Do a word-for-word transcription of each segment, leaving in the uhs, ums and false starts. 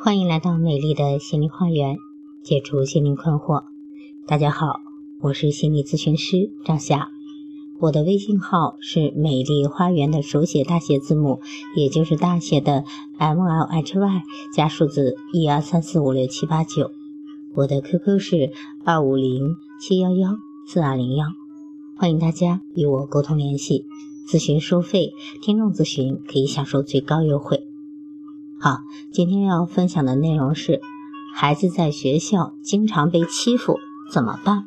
欢迎来到美丽的心灵花园，解除心灵困惑。大家好，我是心理咨询师张霞，我的微信号是美丽花园的手写大写字母，也就是大写的 M L H Y 加数字一二三四五六七八九。我的 Q Q 是二五零七一一四二零一，欢迎大家与我沟通联系。咨询收费，听众咨询可以享受最高优惠。好，今天要分享的内容是孩子在学校经常被欺负怎么办？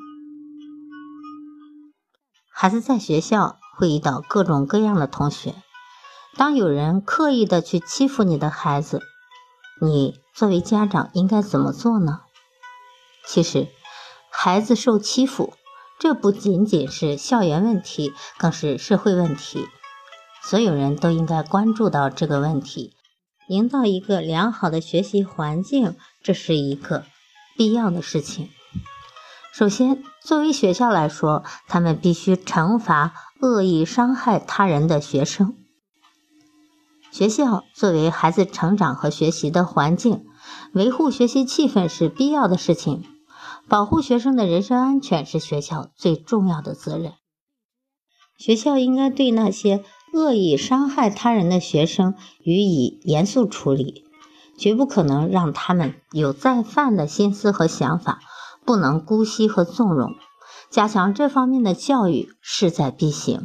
孩子在学校会遇到各种各样的同学，当有人刻意的去欺负你的孩子，你作为家长应该怎么做呢？其实孩子受欺负，这不仅仅是校园问题，更是社会问题，所有人都应该关注到这个问题。营造一个良好的学习环境，这是一个必要的事情。首先，作为学校来说，他们必须惩罚恶意伤害他人的学生。学校作为孩子成长和学习的环境，维护学习气氛是必要的事情，保护学生的人身安全是学校最重要的责任。学校应该对那些恶意伤害他人的学生予以严肃处理，绝不可能让他们有再犯的心思和想法，不能姑息和纵容，加强这方面的教育势在必行。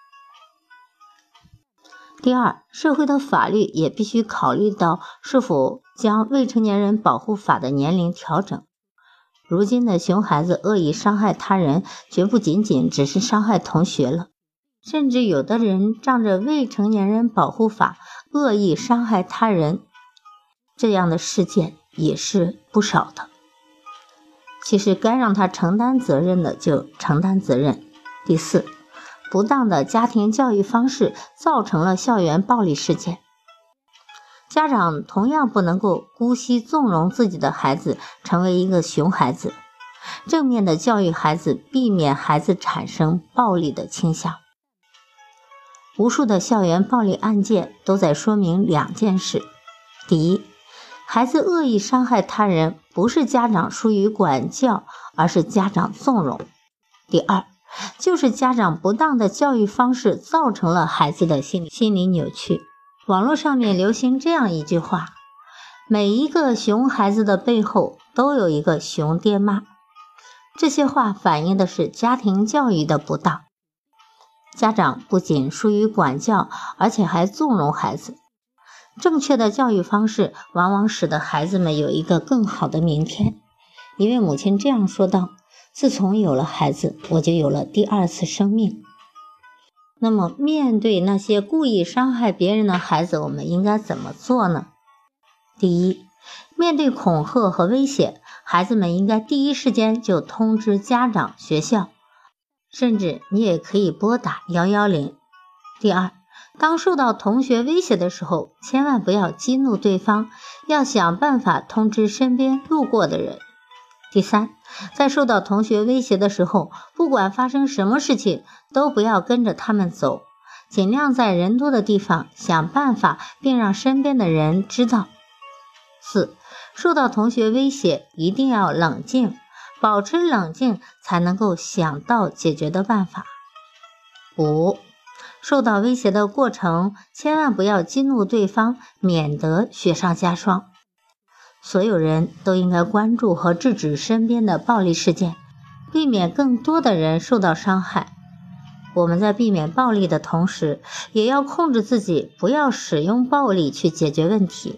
第二，社会的法律也必须考虑到是否将未成年人保护法的年龄调整。如今的熊孩子恶意伤害他人，绝不仅仅只是伤害同学了，甚至有的人仗着未成年人保护法恶意伤害他人，这样的事件也是不少的。其实该让他承担责任的就承担责任。第四，不当的家庭教育方式造成了校园暴力事件，家长同样不能够姑息纵容自己的孩子成为一个熊孩子，正面的教育孩子，避免孩子产生暴力的倾向。无数的校园暴力案件都在说明两件事。第一，孩子恶意伤害他人，不是家长疏于管教，而是家长纵容。第二，就是家长不当的教育方式造成了孩子的心理心理扭曲。网络上面流行这样一句话，每一个熊孩子的背后都有一个熊爹妈。这些话反映的是家庭教育的不当。家长不仅疏于管教，而且还纵容孩子。正确的教育方式往往使得孩子们有一个更好的明天。一位母亲这样说道，自从有了孩子，我就有了第二次生命。那么面对那些故意伤害别人的孩子，我们应该怎么做呢？第一，面对恐吓和威胁，孩子们应该第一时间就通知家长、学校，甚至你也可以拨打一一零。第二，当受到同学威胁的时候，千万不要激怒对方，要想办法通知身边路过的人。第三，在受到同学威胁的时候，不管发生什么事情，都不要跟着他们走，尽量在人多的地方想办法，并让身边的人知道。四，受到同学威胁，一定要冷静，保持冷静才能够想到解决的办法。五，受到威胁的过程，千万不要激怒对方，免得雪上加霜。所有人都应该关注和制止身边的暴力事件，避免更多的人受到伤害。我们在避免暴力的同时，也要控制自己，不要使用暴力去解决问题。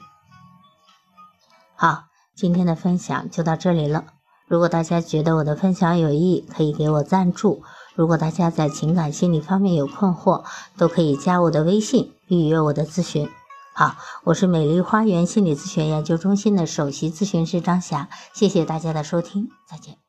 好，今天的分享就到这里了。如果大家觉得我的分享有益，可以给我赞助。如果大家在情感心理方面有困惑，都可以加我的微信预约我的咨询。好，我是美丽花园心理咨询研究中心的首席咨询师张霞，谢谢大家的收听，再见。